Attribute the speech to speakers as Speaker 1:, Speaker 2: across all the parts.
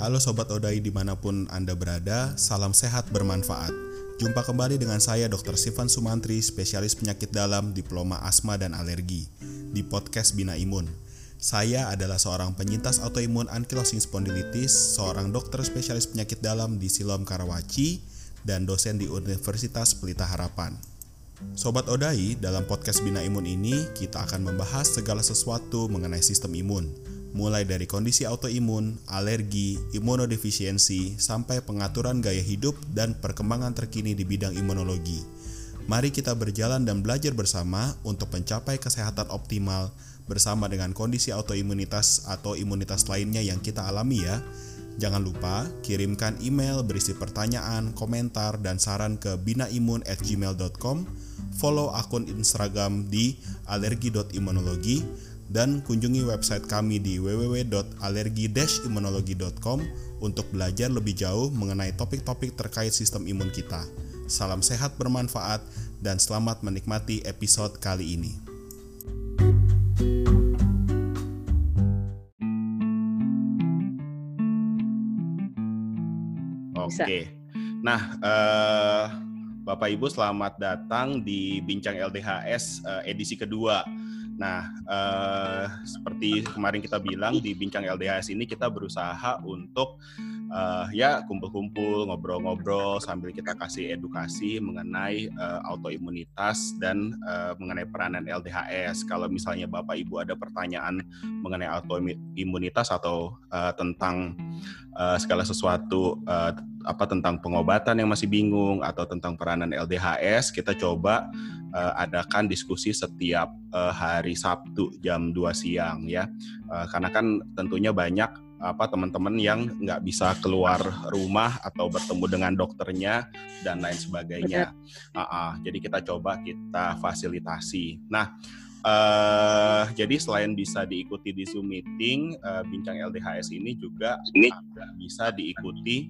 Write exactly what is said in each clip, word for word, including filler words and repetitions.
Speaker 1: Halo Sobat Odai dimanapun Anda berada, salam sehat bermanfaat. Jumpa kembali dengan saya dokter Sifan Sumantri, spesialis penyakit dalam, diploma asma dan alergi, di podcast Bina Imun. Saya adalah seorang penyintas autoimun ankylosing spondylitis, seorang dokter spesialis penyakit dalam di Siloam Karawaci, dan dosen di Universitas Pelita Harapan. Sobat Odai, dalam podcast Bina Imun ini, kita akan membahas segala sesuatu mengenai sistem imun, mulai dari kondisi autoimun, alergi, imunodefisiensi, sampai pengaturan gaya hidup dan perkembangan terkini di bidang imunologi. Mari kita berjalan dan belajar bersama untuk mencapai kesehatan optimal bersama dengan kondisi autoimunitas atau imunitas lainnya yang kita alami ya. Jangan lupa kirimkan email berisi pertanyaan, komentar, dan saran ke binaimun at gmail dot com, follow akun Instagram di alergi dot imunologi, dan kunjungi website kami di w w w dot alergi dash imunologi dot com untuk belajar lebih jauh mengenai topik-topik terkait sistem imun kita. Salam sehat bermanfaat dan selamat menikmati episode kali ini. Oke, nah eh, Bapak Ibu selamat datang di Bincang L D H S eh, edisi kedua. Nah, eh, seperti kemarin kita bilang di Bincang L D H S ini kita berusaha untuk eh, ya kumpul-kumpul, ngobrol-ngobrol sambil kita kasih edukasi mengenai eh, autoimunitas dan eh, mengenai peranan L D H S. Kalau misalnya Bapak Ibu ada pertanyaan mengenai autoimunitas atau eh, tentang eh, segala sesuatu eh, apa tentang pengobatan yang masih bingung atau tentang peranan L D H S, kita coba uh, adakan diskusi setiap uh, hari Sabtu jam dua siang ya. Uh, karena kan tentunya banyak apa teman-teman yang nggak bisa keluar rumah atau bertemu dengan dokternya dan lain sebagainya. Uh, uh, jadi kita coba kita fasilitasi. Nah, Uh, jadi selain bisa diikuti di Zoom meeting, uh, Bincang L D H S ini juga ini bisa diikuti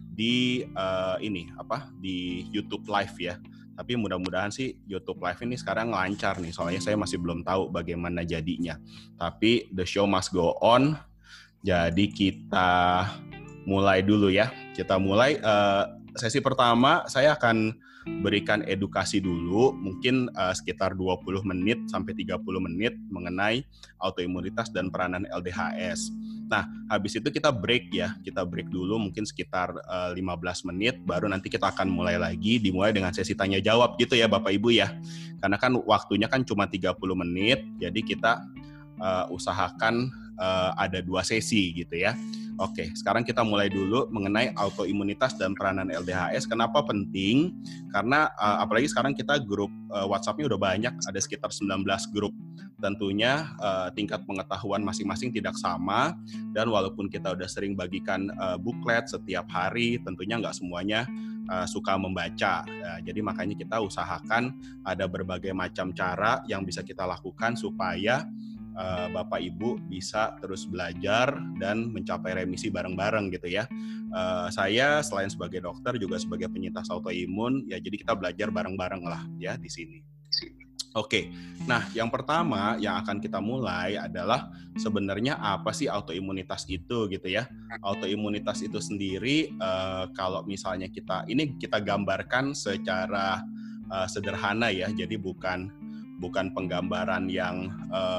Speaker 1: di uh, ini apa di YouTube Live ya. Tapi mudah-mudahan sih YouTube Live ini sekarang lancar nih. Soalnya saya masih belum tahu bagaimana jadinya. Tapi the show must go on. Jadi kita mulai dulu ya. Kita mulai uh, sesi pertama. Saya akan berikan edukasi dulu, mungkin uh, sekitar dua puluh menit sampai tiga puluh menit mengenai autoimunitas dan peranan L D H S. Nah, habis itu kita break ya, kita break dulu mungkin sekitar uh, lima belas menit, baru nanti kita akan mulai lagi, dimulai dengan sesi tanya jawab gitu ya Bapak Ibu ya. Karena kan waktunya kan cuma tiga puluh menit, jadi kita uh, usahakan uh, ada dua sesi gitu ya. Oke, sekarang kita mulai dulu mengenai autoimunitas dan peranan L D H S. Kenapa penting? Karena uh, apalagi sekarang kita grup uh, WhatsApp-nya udah banyak, ada sekitar sembilan belas grup. Tentunya uh, tingkat pengetahuan masing-masing tidak sama, dan walaupun kita udah sering bagikan uh, buklet setiap hari, tentunya nggak semuanya uh, suka membaca. Uh, jadi makanya kita usahakan ada berbagai macam cara yang bisa kita lakukan supaya Uh, Bapak Ibu bisa terus belajar dan mencapai remisi bareng-bareng gitu ya. Uh, saya selain sebagai dokter juga sebagai penyintas autoimun ya, jadi kita belajar bareng-bareng lah ya di sini. Oke, okay. Nah yang pertama yang akan kita mulai adalah sebenarnya apa sih autoimunitas itu gitu ya. Autoimunitas itu sendiri uh, kalau misalnya kita ini kita gambarkan secara uh, sederhana ya, jadi bukan bukan penggambaran yang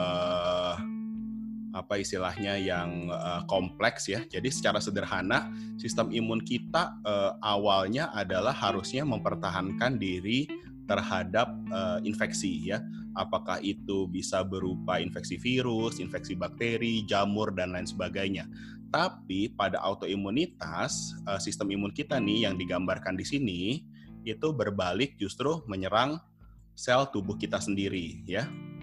Speaker 1: uh, apa istilahnya yang uh, kompleks ya. Jadi secara sederhana sistem imun kita uh, awalnya adalah harusnya mempertahankan diri terhadap uh, infeksi ya. Apakah itu bisa berupa infeksi virus, infeksi bakteri, jamur dan lain sebagainya. Tapi pada autoimunitas uh, sistem imun kita nih yang digambarkan di sini itu berbalik, justru menyerang sel tubuh kita sendiri ya.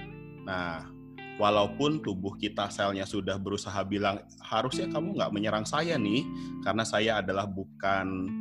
Speaker 1: Nah, walaupun tubuh kita selnya sudah berusaha bilang harusnya kamu nggak menyerang saya nih karena saya adalah bukan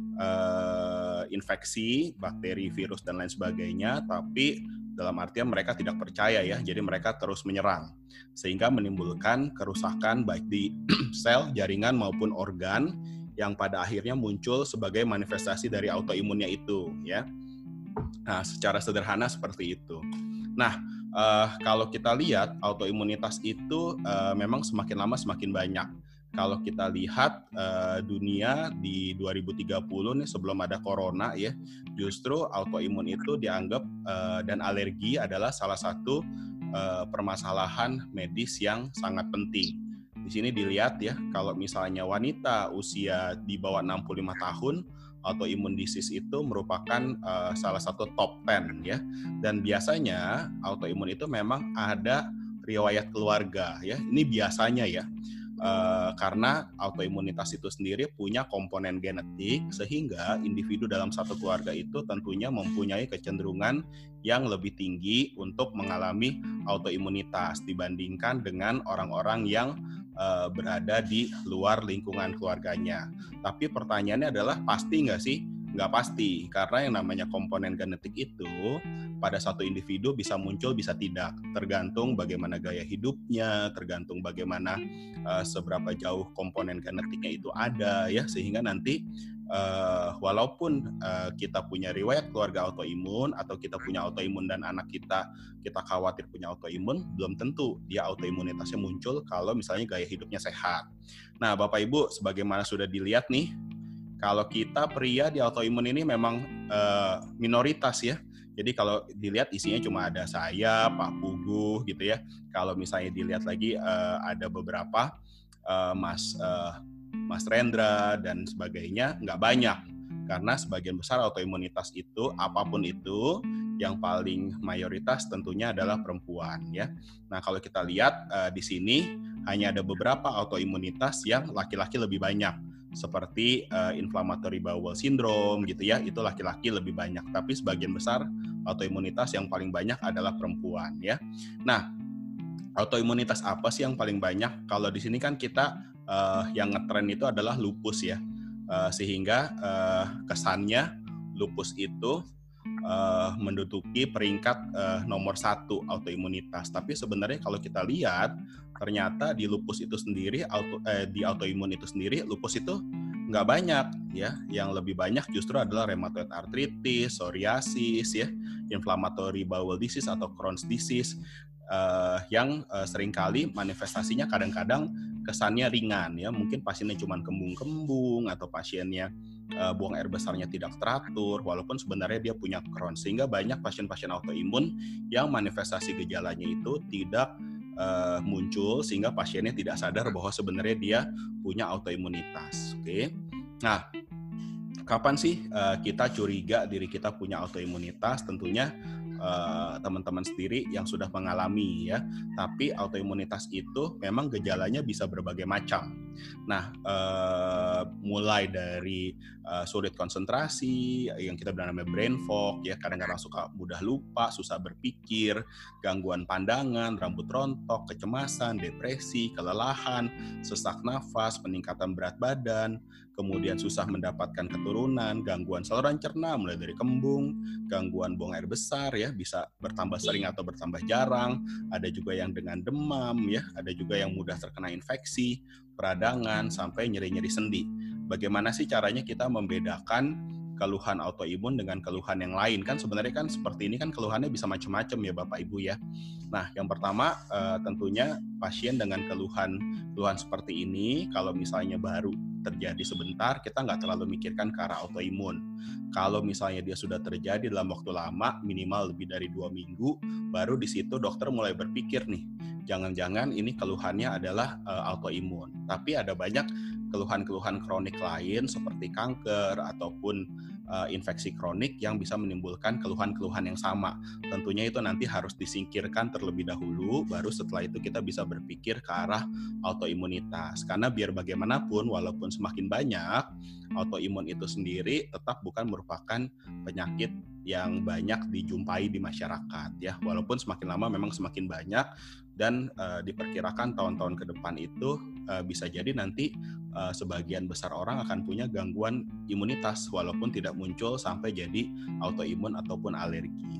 Speaker 1: uh, infeksi, bakteri, virus dan lain sebagainya, tapi dalam artian mereka tidak percaya ya, jadi mereka terus menyerang sehingga menimbulkan kerusakan baik di sel, jaringan maupun organ yang pada akhirnya muncul sebagai manifestasi dari autoimunnya itu ya. Nah, secara sederhana seperti itu. Nah, uh, kalau kita lihat autoimunitas itu uh, memang semakin lama semakin banyak. kalau kita lihat uh, dunia di dua ribu tiga puluh nih sebelum ada corona ya, justru autoimun itu dianggap uh, dan alergi adalah salah satu uh, permasalahan medis yang sangat penting. Di sini dilihat ya, kalau misalnya wanita usia di bawah enam puluh lima tahun, autoimun disease itu merupakan uh, salah satu top sepuluh ya. Dan biasanya autoimun itu memang ada riwayat keluarga ya. Ini biasanya ya. Uh, karena autoimunitas itu sendiri punya komponen genetik sehingga individu dalam satu keluarga itu tentunya mempunyai kecenderungan yang lebih tinggi untuk mengalami autoimunitas dibandingkan dengan orang-orang yang uh, berada di luar lingkungan keluarganya. Tapi pertanyaannya adalah pasti nggak sih? Nggak pasti, karena yang namanya komponen genetik itu pada satu individu bisa muncul, bisa tidak. Tergantung bagaimana gaya hidupnya, tergantung bagaimana uh, seberapa jauh komponen genetiknya itu ada, ya, sehingga nanti uh, walaupun uh, kita punya riwayat keluarga autoimun atau kita punya autoimun dan anak kita kita khawatir punya autoimun, belum tentu dia autoimunitasnya muncul kalau misalnya gaya hidupnya sehat. Nah, Bapak Ibu, sebagaimana sudah dilihat nih, kalau kita pria di autoimun ini memang uh, minoritas ya. Jadi kalau dilihat isinya cuma ada saya, Pak Puguh gitu ya. Kalau misalnya dilihat lagi uh, ada beberapa uh, Mas uh, Mas Rendra dan sebagainya, nggak banyak. Karena sebagian besar autoimunitas itu, apapun itu, yang paling mayoritas tentunya adalah perempuan ya. Nah, kalau kita lihat uh, di sini hanya ada beberapa autoimunitas yang laki-laki lebih banyak. Seperti uh, inflammatory bowel syndrome gitu ya, itu laki-laki lebih banyak, tapi sebagian besar autoimunitas yang paling banyak adalah perempuan ya. Nah, autoimunitas apa sih yang paling banyak? Kalau di sini kan kita uh, yang ngetren itu adalah lupus ya, uh, sehingga uh, kesannya lupus itu uh, menduduki peringkat uh, nomor satu autoimunitas. Tapi sebenarnya kalau kita lihat, ternyata di lupus itu sendiri, auto, eh, di autoimun itu sendiri, lupus itu nggak banyak ya. Yang lebih banyak justru adalah rheumatoid arthritis, psoriasis ya, inflammatory bowel disease atau Crohn's disease, uh, yang uh, seringkali manifestasinya kadang-kadang kesannya ringan ya. Mungkin pasiennya cuma kembung-kembung atau pasiennya uh, buang air besarnya tidak teratur, walaupun sebenarnya dia punya Crohn's. Sehingga banyak pasien-pasien autoimun yang manifestasi gejalanya itu tidak Uh, muncul sehingga pasiennya tidak sadar bahwa sebenarnya dia punya autoimunitas. Oke, okay? Nah, kapan sih uh, kita curiga diri kita punya autoimunitas? Tentunya uh, teman-teman sendiri yang sudah mengalami ya. Tapi autoimunitas itu memang gejalanya bisa berbagai macam. Nah, uh, mulai dari uh, sulit konsentrasi, yang kita bilang namanya brain fog, ya kadang-kadang suka mudah lupa, susah berpikir, gangguan pandangan, rambut rontok, kecemasan, depresi, kelelahan, sesak nafas, peningkatan berat badan, kemudian susah mendapatkan keturunan, gangguan saluran cerna, mulai dari kembung, gangguan buang air besar, ya bisa bertambah sering atau bertambah jarang, ada juga yang dengan demam, ya ada juga yang mudah terkena infeksi, peradangan, sampai nyeri-nyeri sendi. Bagaimana sih caranya kita membedakan keluhan autoimun dengan keluhan yang lain? Kan sebenarnya kan seperti ini kan keluhannya bisa macam-macam ya Bapak Ibu ya. Nah, yang pertama uh, tentunya pasien dengan keluhan keluhan seperti ini, kalau misalnya baru terjadi sebentar, kita nggak terlalu mikirkan ke arah autoimun. Kalau misalnya dia sudah terjadi dalam waktu lama, minimal lebih dari dua minggu, baru di situ dokter mulai berpikir nih, jangan-jangan ini keluhannya adalah uh, autoimun. Tapi ada banyak keluhan-keluhan kronik lain seperti kanker ataupun uh, infeksi kronik yang bisa menimbulkan keluhan-keluhan yang sama. Tentunya itu nanti harus disingkirkan terlebih dahulu, baru setelah itu kita bisa berpikir ke arah autoimunitas. Karena biar bagaimanapun, walaupun semakin banyak, autoimun itu sendiri tetap bukan merupakan penyakit yang banyak dijumpai di masyarakat ya. Walaupun semakin lama memang semakin banyak, dan uh, diperkirakan tahun-tahun ke depan itu uh, bisa jadi nanti uh, sebagian besar orang akan punya gangguan imunitas walaupun tidak muncul sampai jadi autoimun ataupun alergi.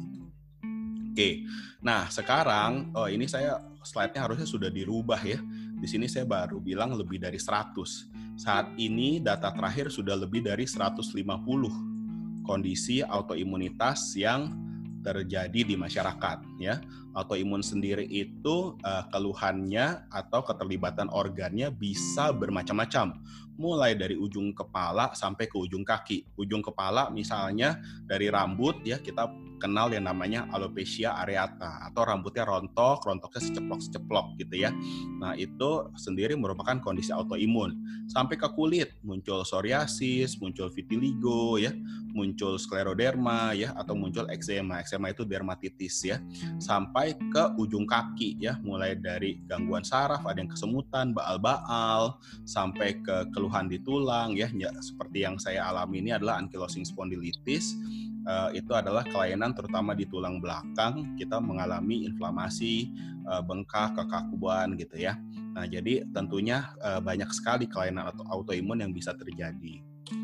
Speaker 1: Oke, nah sekarang oh ini saya slide-nya harusnya sudah dirubah ya. Di sini saya baru bilang lebih dari seratus. Saat ini data terakhir sudah lebih dari seratus lima puluh kondisi autoimunitas yang terjadi di masyarakat ya. Autoimun sendiri itu uh, keluhannya atau keterlibatan organnya bisa bermacam-macam, mulai dari ujung kepala sampai ke ujung kaki. Ujung kepala misalnya dari rambut ya, kita kenal yang namanya alopecia areata atau rambutnya rontok, rontoknya seceplok-seceplok gitu ya. Nah, itu sendiri merupakan kondisi autoimun. Sampai ke kulit, muncul psoriasis, muncul vitiligo ya, muncul skleroderma ya, atau muncul eksema. Eksema itu dermatitis ya. Sampai ke ujung kaki ya, mulai dari gangguan saraf, ada yang kesemutan, baal-baal, sampai ke keluhan di tulang ya, ya seperti yang saya alami ini adalah ankylosing spondylitis. Uh, itu adalah kelainan terutama di tulang belakang, kita mengalami inflamasi, uh, bengkak, kekakuan gitu ya. Nah, jadi tentunya uh, banyak sekali kelainan atau autoimun yang bisa terjadi.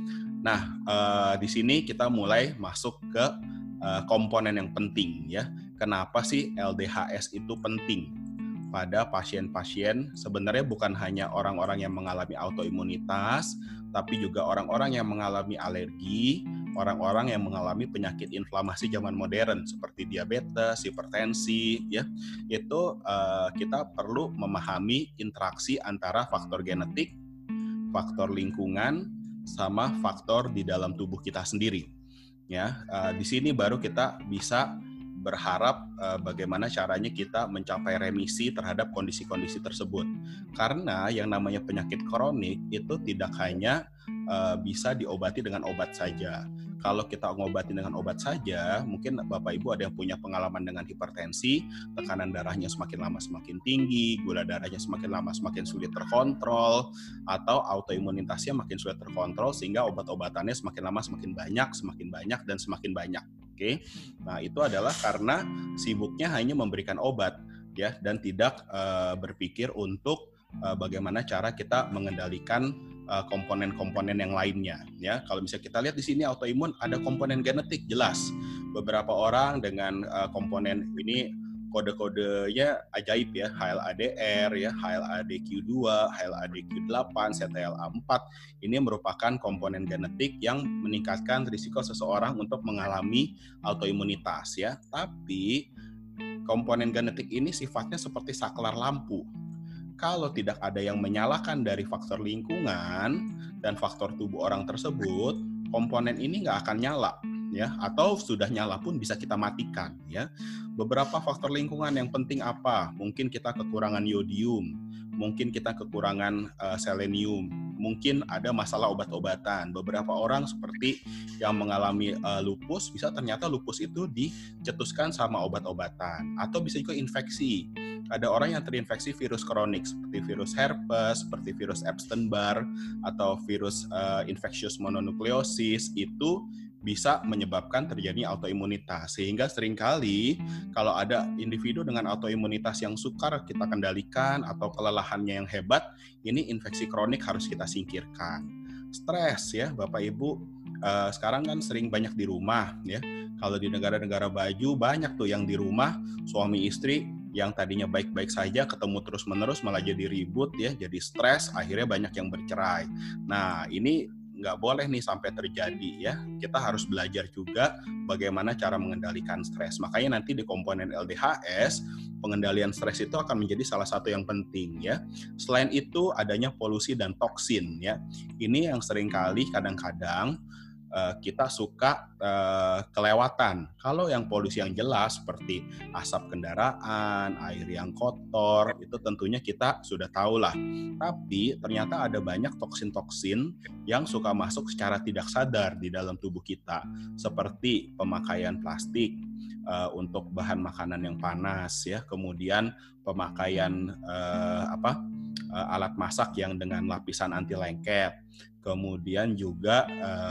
Speaker 1: Nah, uh, di sini kita mulai masuk ke uh, komponen yang penting ya. Kenapa sih L D H S itu penting pada pasien-pasien? Sebenarnya bukan hanya orang-orang yang mengalami autoimunitas, tapi juga orang-orang yang mengalami alergi, orang-orang yang mengalami penyakit inflamasi zaman modern seperti diabetes, hipertensi, ya, itu uh, kita perlu memahami interaksi antara faktor genetik, faktor lingkungan, sama faktor di dalam tubuh kita sendiri. Ya, uh, di sini baru kita bisa berharap uh, bagaimana caranya kita mencapai remisi terhadap kondisi-kondisi tersebut. Karena yang namanya penyakit kronik itu tidak hanya uh, bisa diobati dengan obat saja. Kalau kita ngobati dengan obat saja, mungkin Bapak Ibu ada yang punya pengalaman dengan hipertensi, tekanan darahnya semakin lama semakin tinggi, gula darahnya semakin lama semakin sulit terkontrol, atau autoimunitasnya makin sulit terkontrol sehingga obat-obatannya semakin lama semakin banyak, semakin banyak, dan semakin banyak. Oke, nah itu adalah karena sibuknya hanya memberikan obat, ya, dan tidak uh, berpikir untuk uh, bagaimana cara kita mengendalikan uh, komponen-komponen yang lainnya. Ya, kalau misalnya kita lihat di sini autoimun ada komponen genetik jelas. Beberapa orang dengan uh, komponen ini kode-kodenya ajaib ya, H L A D R ya, H L A D Q dua, H L A D Q delapan, C T L A empat. Ini merupakan komponen genetik yang meningkatkan risiko seseorang untuk mengalami autoimunitas ya. Tapi komponen genetik ini sifatnya seperti saklar lampu. Kalau tidak ada yang menyalakan dari faktor lingkungan dan faktor tubuh orang tersebut, komponen ini nggak akan nyala. Ya, atau sudah nyala pun bisa kita matikan ya. Beberapa faktor lingkungan yang penting apa? Mungkin kita kekurangan yodium, mungkin kita kekurangan uh, selenium, mungkin ada masalah obat-obatan. Beberapa orang seperti yang mengalami uh, lupus, bisa ternyata lupus itu dicetuskan sama obat-obatan, atau bisa juga infeksi. Ada orang yang terinfeksi virus kronik seperti virus herpes, seperti virus Epstein-Barr, atau virus uh, infectious mononucleosis, itu bisa menyebabkan terjadinya autoimunitas. Sehingga seringkali kalau ada individu dengan autoimunitas yang sukar kita kendalikan atau kelelahannya yang hebat, ini infeksi kronik harus kita singkirkan. Stres ya, Bapak Ibu, uh, sekarang kan sering banyak di rumah ya. Kalau di negara-negara baju banyak tuh yang di rumah suami istri yang tadinya baik-baik saja ketemu terus-menerus malah jadi ribut ya, jadi stres, akhirnya banyak yang bercerai. Nah, ini nggak boleh nih sampai terjadi ya. Kita harus belajar juga bagaimana cara mengendalikan stres. Makanya nanti di komponen L D H S, pengendalian stres itu akan menjadi salah satu yang penting ya. Selain itu adanya polusi dan toksin ya. Ini yang seringkali kadang-kadang uh, kita suka uh, kelewatan. Kalau yang polusi yang jelas seperti asap kendaraan, air yang kotor, itu tentunya kita sudah tahu lah. Tapi ternyata ada banyak toksin-toksin yang suka masuk secara tidak sadar di dalam tubuh kita, seperti pemakaian plastik uh, untuk bahan makanan yang panas ya, kemudian pemakaian uh, apa uh, alat masak yang dengan lapisan anti lengket. Kemudian juga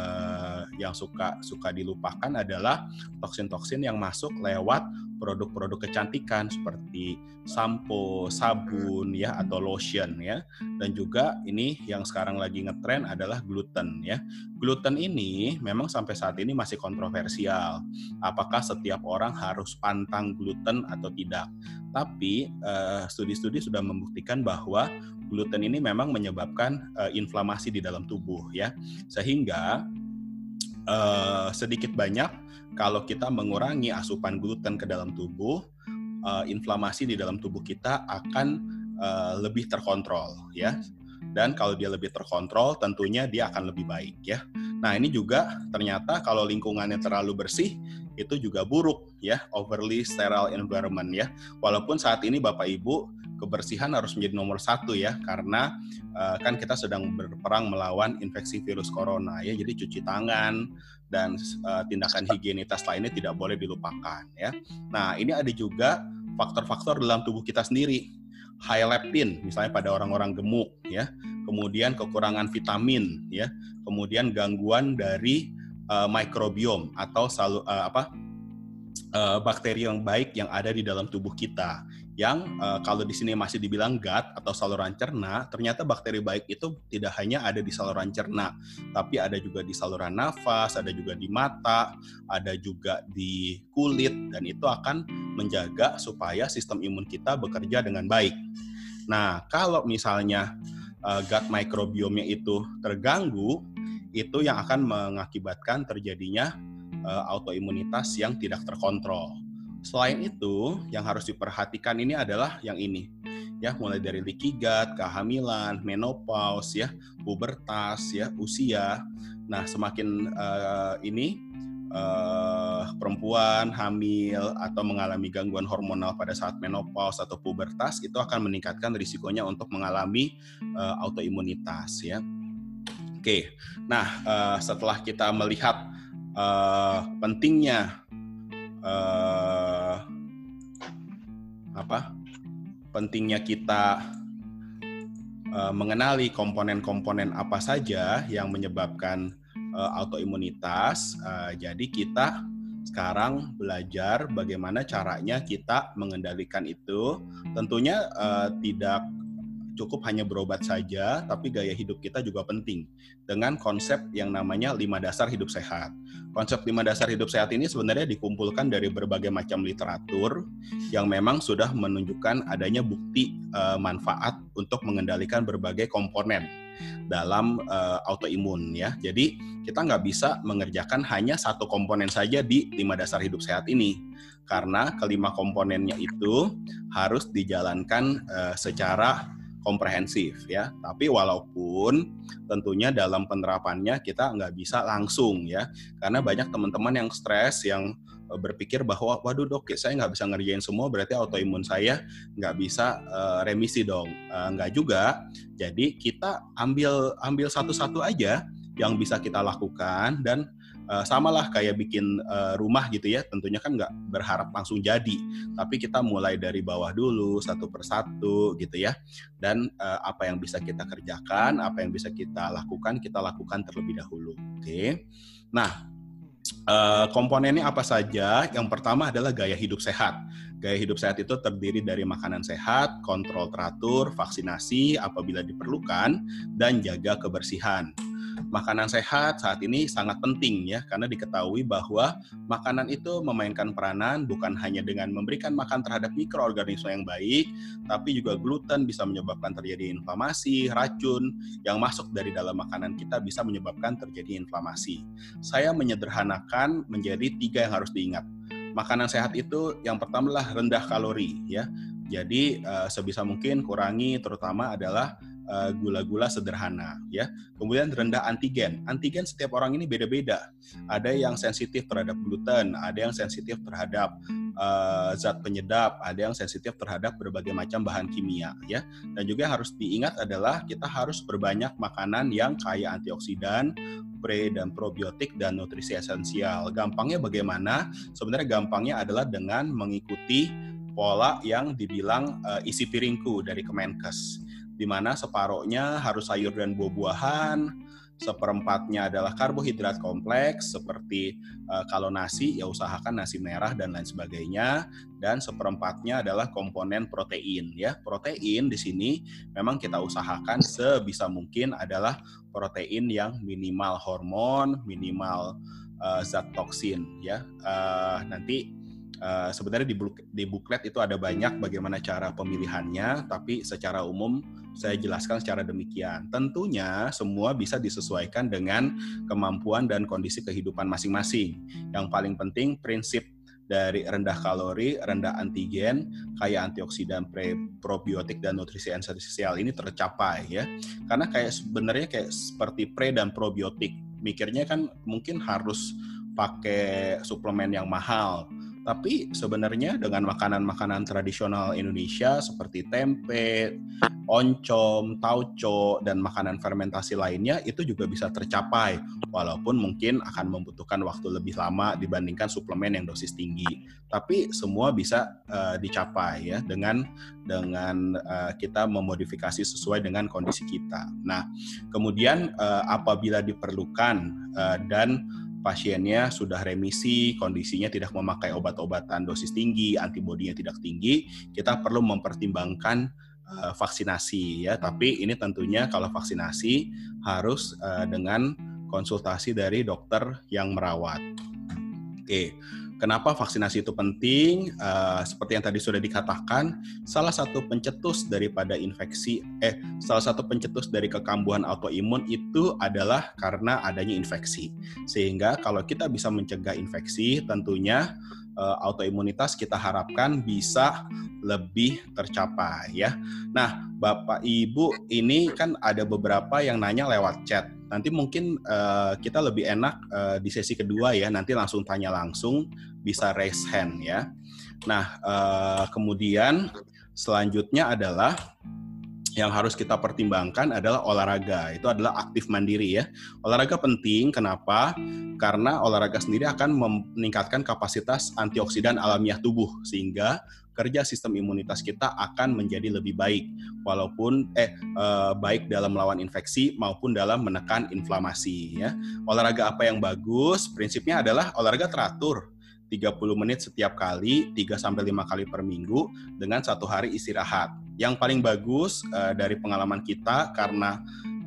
Speaker 1: eh, yang suka suka dilupakan adalah toksin-toksin yang masuk lewat produk-produk kecantikan seperti sampo, sabun ya, atau lotion ya. Dan juga ini yang sekarang lagi ngetren adalah gluten ya. Gluten ini memang sampai saat ini masih kontroversial. Apakah setiap orang harus pantang gluten atau tidak? Tapi eh, studi-studi sudah membuktikan bahwa gluten ini memang menyebabkan uh, inflamasi di dalam tubuh ya, sehingga uh, sedikit banyak kalau kita mengurangi asupan gluten ke dalam tubuh, uh, inflamasi di dalam tubuh kita akan uh, lebih terkontrol, ya. Dan kalau dia lebih terkontrol, tentunya dia akan lebih baik, ya. Nah, ini juga ternyata kalau lingkungannya terlalu bersih, itu juga buruk, ya, overly sterile environment, ya. Walaupun saat ini Bapak Ibu, kebersihan harus menjadi nomor satu, ya, karena uh, kan kita sedang berperang melawan infeksi virus corona, ya. Jadi cuci tangan dan uh, tindakan higienitas lainnya tidak boleh dilupakan, ya. Nah, ini ada juga faktor-faktor dalam tubuh kita sendiri. High leptin, misalnya pada orang-orang gemuk, ya, kemudian kekurangan vitamin, ya, kemudian gangguan dari uh, mikrobiom atau salu, uh, apa uh, bakteri yang baik yang ada di dalam tubuh kita. Yang uh, kalau di sini masih dibilang gut atau saluran cerna, ternyata bakteri baik itu tidak hanya ada di saluran cerna, tapi ada juga di saluran nafas, ada juga di mata, ada juga di kulit, dan itu akan menjaga supaya sistem imun kita bekerja dengan baik. Nah, kalau misalnya uh, gut microbiome-nya itu terganggu, itu yang akan mengakibatkan terjadinya uh, autoimunitas yang tidak terkontrol. Selain itu, yang harus diperhatikan ini adalah yang ini, ya, mulai dari leaky gut, kehamilan, menopause, ya, pubertas, ya, usia. Nah, semakin uh, ini Uh, perempuan hamil atau mengalami gangguan hormonal pada saat menopause atau pubertas, itu akan meningkatkan risikonya untuk mengalami uh, autoimunitas, ya. Oke, nah uh, setelah kita melihat uh, pentingnya uh, apa pentingnya kita uh, mengenali komponen-komponen apa saja yang menyebabkan Uh, autoimunitas, uh, jadi kita sekarang belajar bagaimana caranya kita mengendalikan itu. Tentunya uh, tidak cukup hanya berobat saja, tapi gaya hidup kita juga penting dengan konsep yang namanya lima dasar hidup sehat. Konsep lima dasar hidup sehat ini sebenarnya dikumpulkan dari berbagai macam literatur yang memang sudah menunjukkan adanya bukti uh, manfaat untuk mengendalikan berbagai komponen dalam uh, autoimun, ya. Jadi kita nggak bisa mengerjakan hanya satu komponen saja di lima dasar hidup sehat ini, karena kelima komponennya itu harus dijalankan uh, secara komprehensif, ya. Tapi walaupun tentunya dalam penerapannya kita nggak bisa langsung, ya, karena banyak teman-teman yang stres, yang berpikir bahwa waduh dok, saya nggak bisa ngerjain semua, berarti autoimun saya nggak bisa uh, remisi dong. Uh, nggak juga. Jadi kita ambil ambil satu-satu aja yang bisa kita lakukan, dan uh, samalah kayak bikin uh, rumah gitu, ya. Tentunya kan nggak berharap langsung jadi, tapi kita mulai dari bawah dulu satu persatu gitu, ya. Dan uh, apa yang bisa kita kerjakan, apa yang bisa kita lakukan, kita lakukan terlebih dahulu. Oke. Okay? Nah, Uh, komponennya apa saja? Yang pertama adalah gaya hidup sehat. Gaya hidup sehat itu terdiri dari makanan sehat, kontrol teratur, vaksinasi apabila diperlukan, dan jaga kebersihan. Makanan sehat saat ini sangat penting, ya, karena diketahui bahwa makanan itu memainkan peranan bukan hanya dengan memberikan makan terhadap mikroorganisme yang baik, tapi juga gluten bisa menyebabkan terjadi inflamasi, racun yang masuk dari dalam makanan kita bisa menyebabkan terjadi inflamasi. Saya menyederhanakan menjadi tiga yang harus diingat. Makanan sehat itu yang pertama adalah rendah kalori, ya. Jadi uh, sebisa mungkin kurangi, terutama adalah uh, gula-gula sederhana, ya. Kemudian rendah antigen. Antigen setiap orang ini beda-beda. Ada yang sensitif terhadap gluten, ada yang sensitif terhadap uh, zat penyedap, ada yang sensitif terhadap berbagai macam bahan kimia, ya. Dan juga yang harus diingat adalah kita harus berbanyak makanan yang kaya antioksidan, pre dan probiotik, dan nutrisi esensial. Gampangnya bagaimana? Sebenarnya gampangnya adalah dengan mengikuti pola yang dibilang uh, isi piringku dari Kemenkes, di mana separohnya harus sayur dan buah-buahan, seperempatnya adalah karbohidrat kompleks seperti uh, kalau nasi ya usahakan nasi merah dan lain sebagainya, dan seperempatnya adalah komponen protein, ya. Protein di sini memang kita usahakan sebisa mungkin adalah protein yang minimal hormon, minimal uh, zat toksin, ya. Uh, nanti Uh, sebenarnya di, buk- di booklet itu ada banyak bagaimana cara pemilihannya, tapi secara umum saya jelaskan secara demikian. Tentunya semua bisa disesuaikan dengan kemampuan dan kondisi kehidupan masing-masing. Yang paling penting prinsip dari rendah kalori, rendah antigen, kaya antioksidan, pre, probiotik dan nutrisi esensial ini tercapai ya. Karena kayak sebenarnya kayak seperti pre dan probiotik, mikirnya kan mungkin harus pakai suplemen yang mahal. Tapi sebenarnya dengan makanan-makanan tradisional Indonesia seperti tempe, oncom, tauco, dan makanan fermentasi lainnya itu juga bisa tercapai, walaupun mungkin akan membutuhkan waktu lebih lama dibandingkan suplemen yang dosis tinggi. Tapi semua bisa uh, dicapai ya dengan dengan uh, kita memodifikasi sesuai dengan kondisi kita. Nah, kemudian uh, apabila diperlukan uh, dan pasiennya sudah remisi, kondisinya tidak memakai obat-obatan dosis tinggi, antibodinya tidak tinggi, kita perlu mempertimbangkan uh, vaksinasi ya. Tapi ini tentunya kalau vaksinasi harus uh, dengan konsultasi dari dokter yang merawat. Oke. Kenapa vaksinasi itu penting? Uh, seperti yang tadi sudah dikatakan, salah satu pencetus daripada infeksi, eh, salah satu pencetus dari kekambuhan autoimun itu adalah karena adanya infeksi. Sehingga kalau kita bisa mencegah infeksi, tentunya uh, autoimunitas kita harapkan bisa lebih tercapai ya. Nah, Bapak Ibu, ini kan ada beberapa yang nanya lewat chat. Nanti mungkin uh, kita lebih enak uh, di sesi kedua ya, nanti langsung tanya langsung, bisa raise hand ya. Nah, uh, kemudian selanjutnya adalah yang harus kita pertimbangkan adalah olahraga. Itu adalah aktif mandiri ya. Olahraga penting, kenapa? Karena olahraga sendiri akan meningkatkan kapasitas antioksidan alamiah tubuh, sehingga kerja sistem imunitas kita akan menjadi lebih baik, walaupun eh, eh baik dalam melawan infeksi maupun dalam menekan inflamasi ya. Olahraga apa yang bagus? Prinsipnya adalah olahraga teratur, tiga puluh menit setiap kali, tiga sampai lima kali per minggu dengan satu hari istirahat. Yang paling bagus uh, dari pengalaman kita karena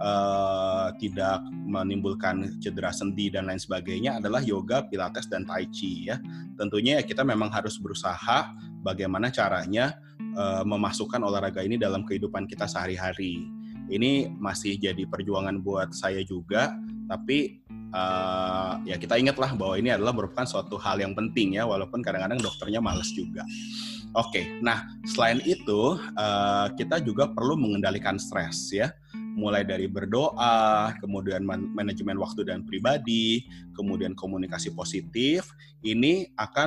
Speaker 1: uh, tidak menimbulkan cedera sendi dan lain sebagainya adalah yoga, pilates, dan tai chi ya. Tentunya kita memang harus berusaha bagaimana caranya uh, memasukkan olahraga ini dalam kehidupan kita sehari-hari. Ini masih jadi perjuangan buat saya juga, tapi Uh, ya kita ingatlah bahwa ini adalah merupakan suatu hal yang penting ya, walaupun kadang-kadang dokternya malas juga. Oke, okay, nah selain itu uh, kita juga perlu mengendalikan stres ya, mulai dari berdoa, kemudian man- manajemen waktu dan pribadi, kemudian komunikasi positif. Ini akan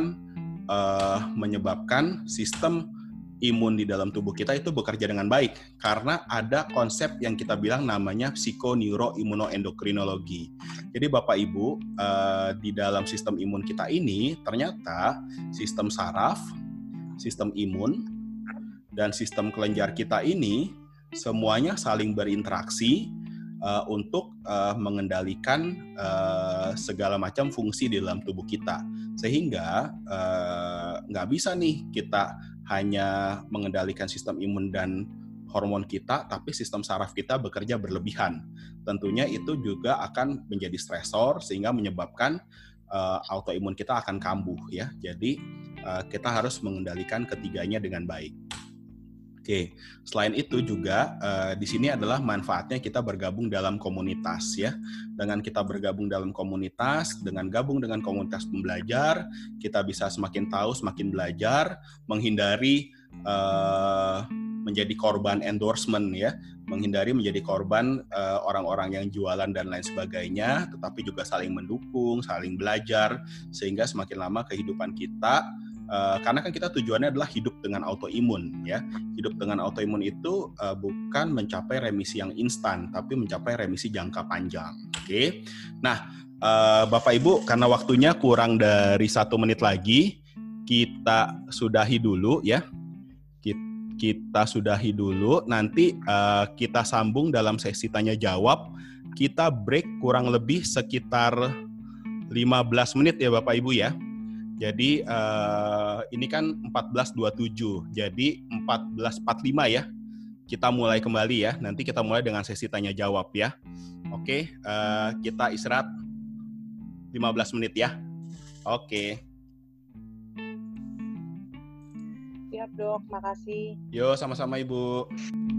Speaker 1: uh, menyebabkan sistem imun di dalam tubuh kita itu bekerja dengan baik, karena ada konsep yang kita bilang namanya psikoneuroimunoendokrinologi. Jadi Bapak Ibu, eh, di dalam sistem imun kita ini ternyata sistem saraf, sistem imun, dan sistem kelenjar kita ini semuanya saling berinteraksi uh, untuk uh, mengendalikan uh, segala macam fungsi di dalam tubuh kita. Sehingga uh, nggak bisa nih kita hanya mengendalikan sistem imun dan hormon kita, tapi sistem saraf kita bekerja berlebihan. Tentunya itu juga akan menjadi stresor sehingga menyebabkan uh, autoimun kita akan kambuh ya. Jadi uh, kita harus mengendalikan ketiganya dengan baik. Oke, selain itu juga uh, di sini adalah manfaatnya kita bergabung dalam komunitas ya. Dengan kita bergabung dalam komunitas, dengan gabung dengan komunitas pembelajar, kita bisa semakin tahu, semakin belajar, menghindari uh, menjadi korban endorsement ya, menghindari menjadi korban uh, orang-orang yang jualan dan lain sebagainya, tetapi juga saling mendukung, saling belajar, sehingga semakin lama kehidupan kita. Uh, karena kan kita tujuannya adalah hidup dengan autoimun ya. Hidup dengan autoimun itu uh, bukan mencapai remisi yang instan, tapi mencapai remisi jangka panjang. Oke. Okay? Nah, uh, Bapak Ibu, karena waktunya kurang dari satu menit lagi, kita sudahi dulu ya. Kita, kita sudahi dulu. Nanti uh, kita sambung dalam sesi tanya jawab. Kita break kurang lebih sekitar lima belas menit ya Bapak Ibu ya. Jadi uh, ini kan empat belas dua puluh tujuh, jadi empat belas empat puluh lima ya. Kita mulai kembali ya, nanti kita mulai dengan sesi tanya jawab ya. Oke, uh, kita istirahat lima belas menit ya. Oke.
Speaker 2: Siap dok, makasih.
Speaker 1: Yo, sama-sama Ibu.